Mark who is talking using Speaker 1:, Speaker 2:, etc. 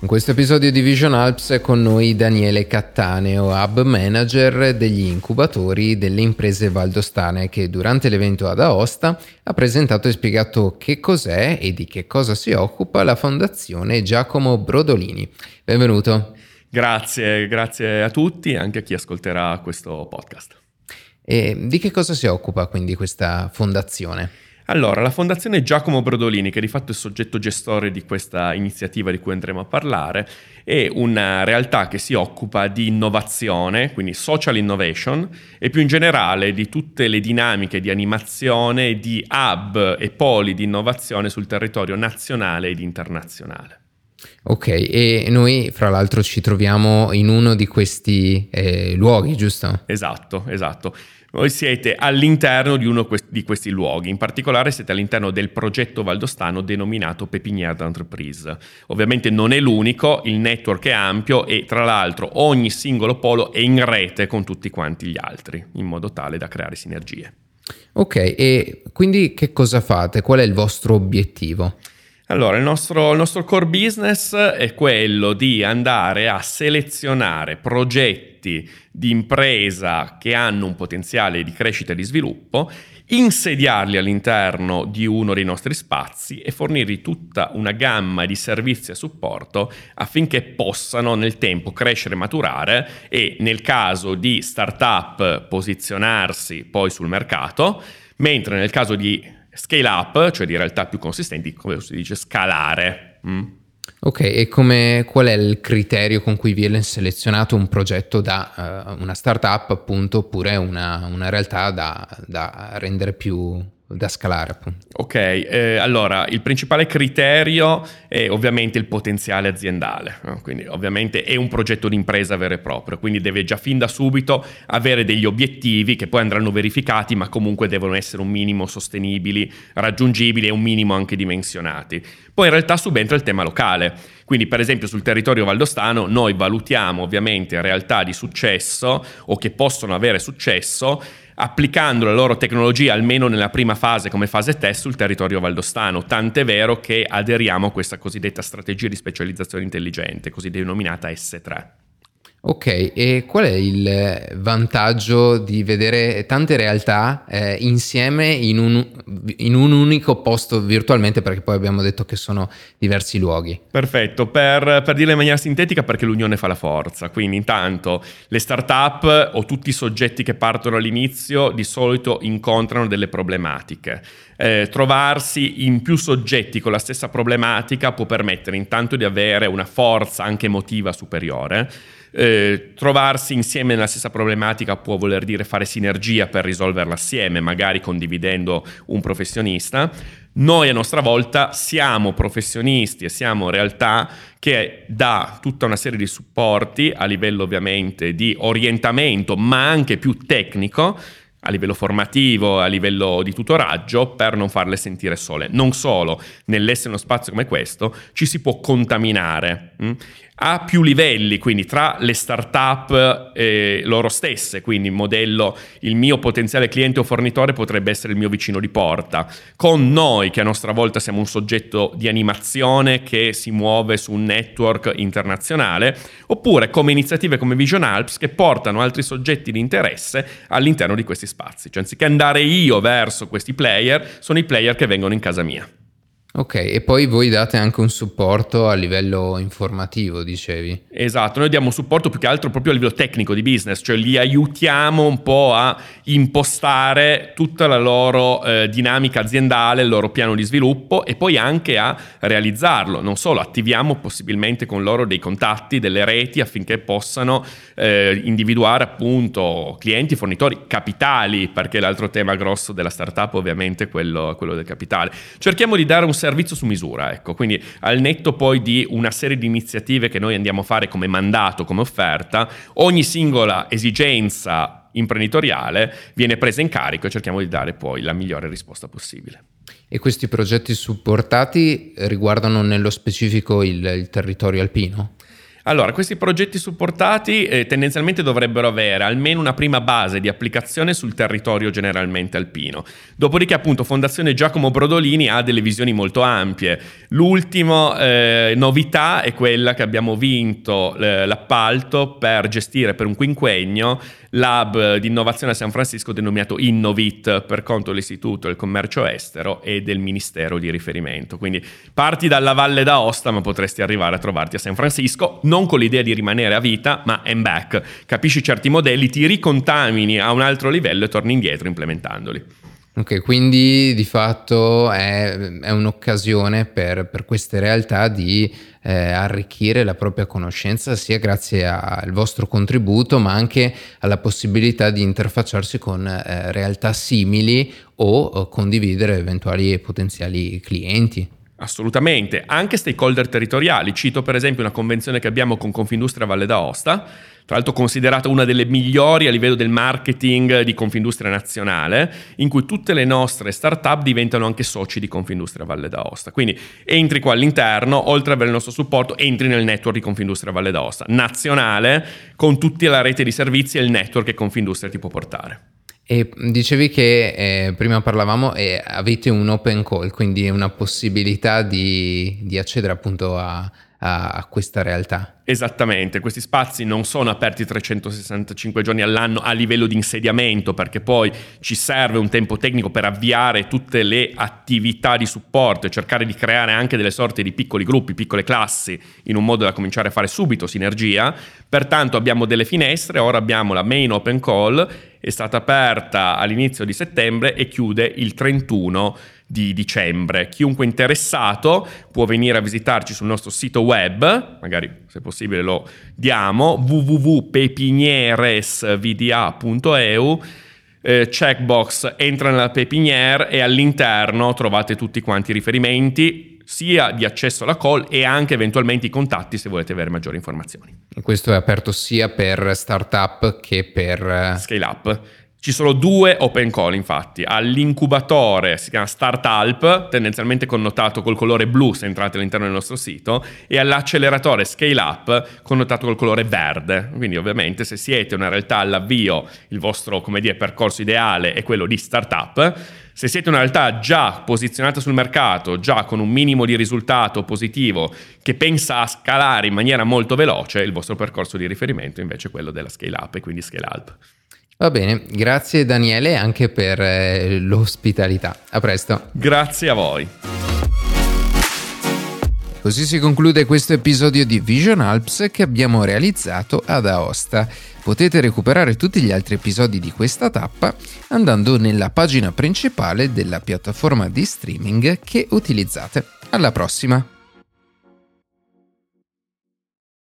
Speaker 1: In questo episodio di Vision Alps è con noi Daniele Cattaneo, Hub Manager degli incubatori delle imprese valdostane, che durante l'evento ad Aosta ha presentato e spiegato che cos'è e di che cosa si occupa la Fondazione Giacomo Brodolini. Benvenuto.
Speaker 2: Grazie a tutti e anche a chi ascolterà questo podcast.
Speaker 1: E di che cosa si occupa quindi questa fondazione?
Speaker 2: Allora, la Fondazione Giacomo Brodolini, che di fatto è il soggetto gestore di questa iniziativa di cui andremo a parlare, è una realtà che si occupa di innovazione, quindi social innovation, e più in generale di tutte le dinamiche di animazione di hub e poli di innovazione sul territorio nazionale ed internazionale.
Speaker 1: Ok, e noi fra l'altro ci troviamo in uno di questi luoghi, giusto?
Speaker 2: Esatto. Voi siete all'interno di uno di questi luoghi, in particolare siete all'interno del progetto valdostano denominato Pépinière d'Entreprise. Ovviamente non è l'unico, il network è ampio e tra l'altro ogni singolo polo è in rete con tutti quanti gli altri, in modo tale da creare sinergie.
Speaker 1: Ok, e quindi che cosa fate? Qual è il vostro obiettivo?
Speaker 2: Allora, il nostro core business è quello di andare a selezionare progetti di impresa che hanno un potenziale di crescita e di sviluppo, insediarli all'interno di uno dei nostri spazi e fornirgli tutta una gamma di servizi a supporto affinché possano nel tempo crescere e maturare e nel caso di startup posizionarsi poi sul mercato, mentre nel caso di scale up, cioè di realtà più consistenti, come si dice, scalare.
Speaker 1: Ok, e qual è il criterio con cui viene selezionato un progetto da una startup, appunto, oppure una realtà da rendere più da scalare, appunto?
Speaker 2: Ok, allora il principale criterio è ovviamente il potenziale aziendale, no? Quindi ovviamente è un progetto di impresa vero e proprio, quindi deve già fin da subito avere degli obiettivi che poi andranno verificati, ma comunque devono essere un minimo sostenibili, raggiungibili e un minimo anche dimensionati. Poi in realtà subentra il tema locale, quindi per esempio sul territorio valdostano noi valutiamo ovviamente realtà di successo o che possono avere successo applicando la loro tecnologia almeno nella prima fase come fase test sul territorio valdostano, tant'è vero che aderiamo a questa cosiddetta strategia di specializzazione intelligente, così denominata S3.
Speaker 1: Ok, e qual è il vantaggio di vedere tante realtà insieme in un unico posto virtualmente, perché poi abbiamo detto che sono diversi luoghi?
Speaker 2: Perfetto, per dirla in maniera sintetica, perché l'unione fa la forza, quindi intanto le start-up o tutti i soggetti che partono all'inizio di solito incontrano delle problematiche. Trovarsi in più soggetti con la stessa problematica può permettere intanto di avere una forza anche emotiva superiore. Trovarsi insieme nella stessa problematica può voler dire fare sinergia per risolverla assieme, magari condividendo un professionista. Noi a nostra volta siamo professionisti e siamo realtà che dà tutta una serie di supporti a livello ovviamente di orientamento, ma anche più tecnico, a livello formativo, a livello di tutoraggio, per non farle sentire sole. Non solo, nell'essere uno spazio come questo ci si può contaminare a più livelli, quindi tra le start-up loro stesse, quindi il modello il mio potenziale cliente o fornitore potrebbe essere il mio vicino di porta, con noi che a nostra volta siamo un soggetto di animazione che si muove su un network internazionale, oppure come iniziative come Vision Alps che portano altri soggetti di interesse all'interno di questi spazi, cioè anziché andare io verso questi player, sono i player che vengono in casa mia.
Speaker 1: Ok, e poi voi date anche un supporto a livello informativo, dicevi?
Speaker 2: Esatto, noi diamo supporto più che altro proprio a livello tecnico di business, cioè li aiutiamo un po' a impostare tutta la loro dinamica aziendale, il loro piano di sviluppo e poi anche a realizzarlo. Non solo, attiviamo possibilmente con loro dei contatti, delle reti affinché possano individuare appunto clienti, fornitori, capitali, perché l'altro tema grosso della startup ovviamente è quello del capitale. Cerchiamo di dare un servizio su misura, ecco, quindi al netto poi di una serie di iniziative che noi andiamo a fare come mandato, come offerta, ogni singola esigenza imprenditoriale viene presa in carico e cerchiamo di dare poi la migliore risposta possibile.
Speaker 1: E questi progetti supportati riguardano nello specifico il territorio alpino?
Speaker 2: Allora, questi progetti supportati tendenzialmente dovrebbero avere almeno una prima base di applicazione sul territorio generalmente alpino. Dopodiché, appunto, Fondazione Giacomo Brodolini ha delle visioni molto ampie. L'ultima novità è quella che abbiamo vinto l'appalto per gestire per un quinquennio l'hub di innovazione a San Francisco denominato Innovit per conto dell'Istituto del Commercio Estero e del Ministero di riferimento. Quindi parti dalla Valle d'Aosta, ma potresti arrivare a trovarti a San Francisco, non con l'idea di rimanere a vita, ma and back. Capisci certi modelli, ti ricontamini a un altro livello e torni indietro implementandoli.
Speaker 1: Ok, quindi di fatto è un'occasione per queste realtà di arricchire la propria conoscenza, sia grazie al vostro contributo, ma anche alla possibilità di interfacciarsi con realtà simili o condividere eventuali potenziali clienti.
Speaker 2: Assolutamente, anche stakeholder territoriali. Cito per esempio una convenzione che abbiamo con Confindustria Valle d'Aosta, tra l'altro considerata una delle migliori a livello del marketing di Confindustria nazionale, in cui tutte le nostre startup diventano anche soci di Confindustria Valle d'Aosta. Quindi entri qua all'interno, oltre ad avere il nostro supporto, entri nel network di Confindustria Valle d'Aosta nazionale, con tutta la rete di servizi e il network che Confindustria ti può portare.
Speaker 1: E dicevi che prima parlavamo e avete un open call, quindi una possibilità di accedere appunto a questa realtà.
Speaker 2: Esattamente, questi spazi non sono aperti 365 giorni all'anno a livello di insediamento, perché poi ci serve un tempo tecnico per avviare tutte le attività di supporto e cercare di creare anche delle sorte di piccoli gruppi, piccole classi, in un modo da cominciare a fare subito sinergia. Pertanto abbiamo delle finestre, ora abbiamo la main open call, è stata aperta all'inizio di settembre e chiude il 31 di dicembre. Chiunque interessato può venire a visitarci sul nostro sito web, magari se possibile lo diamo, www.pepinieresvda.eu, checkbox entra nella pepiniere e all'interno trovate tutti quanti i riferimenti sia di accesso alla call e anche eventualmente i contatti se volete avere maggiori informazioni.
Speaker 1: E questo è aperto sia per startup che per
Speaker 2: scale up. Ci sono 2 open call, infatti. All'incubatore si chiama Startup, tendenzialmente connotato col colore blu se entrate all'interno del nostro sito, e all'acceleratore Scale Up connotato col colore verde. Quindi ovviamente se siete una realtà all'avvio, il vostro, percorso ideale è quello di startup. Se siete una realtà già posizionata sul mercato, già con un minimo di risultato positivo, che pensa a scalare in maniera molto veloce, il vostro percorso di riferimento invece è quello della Scale Up e quindi Scale Up.
Speaker 1: Va bene, grazie Daniele anche per l'ospitalità. A presto.
Speaker 2: Grazie a voi.
Speaker 1: Così si conclude questo episodio di Vision Alps che abbiamo realizzato ad Aosta. Potete recuperare tutti gli altri episodi di questa tappa andando nella pagina principale della piattaforma di streaming che utilizzate. Alla prossima!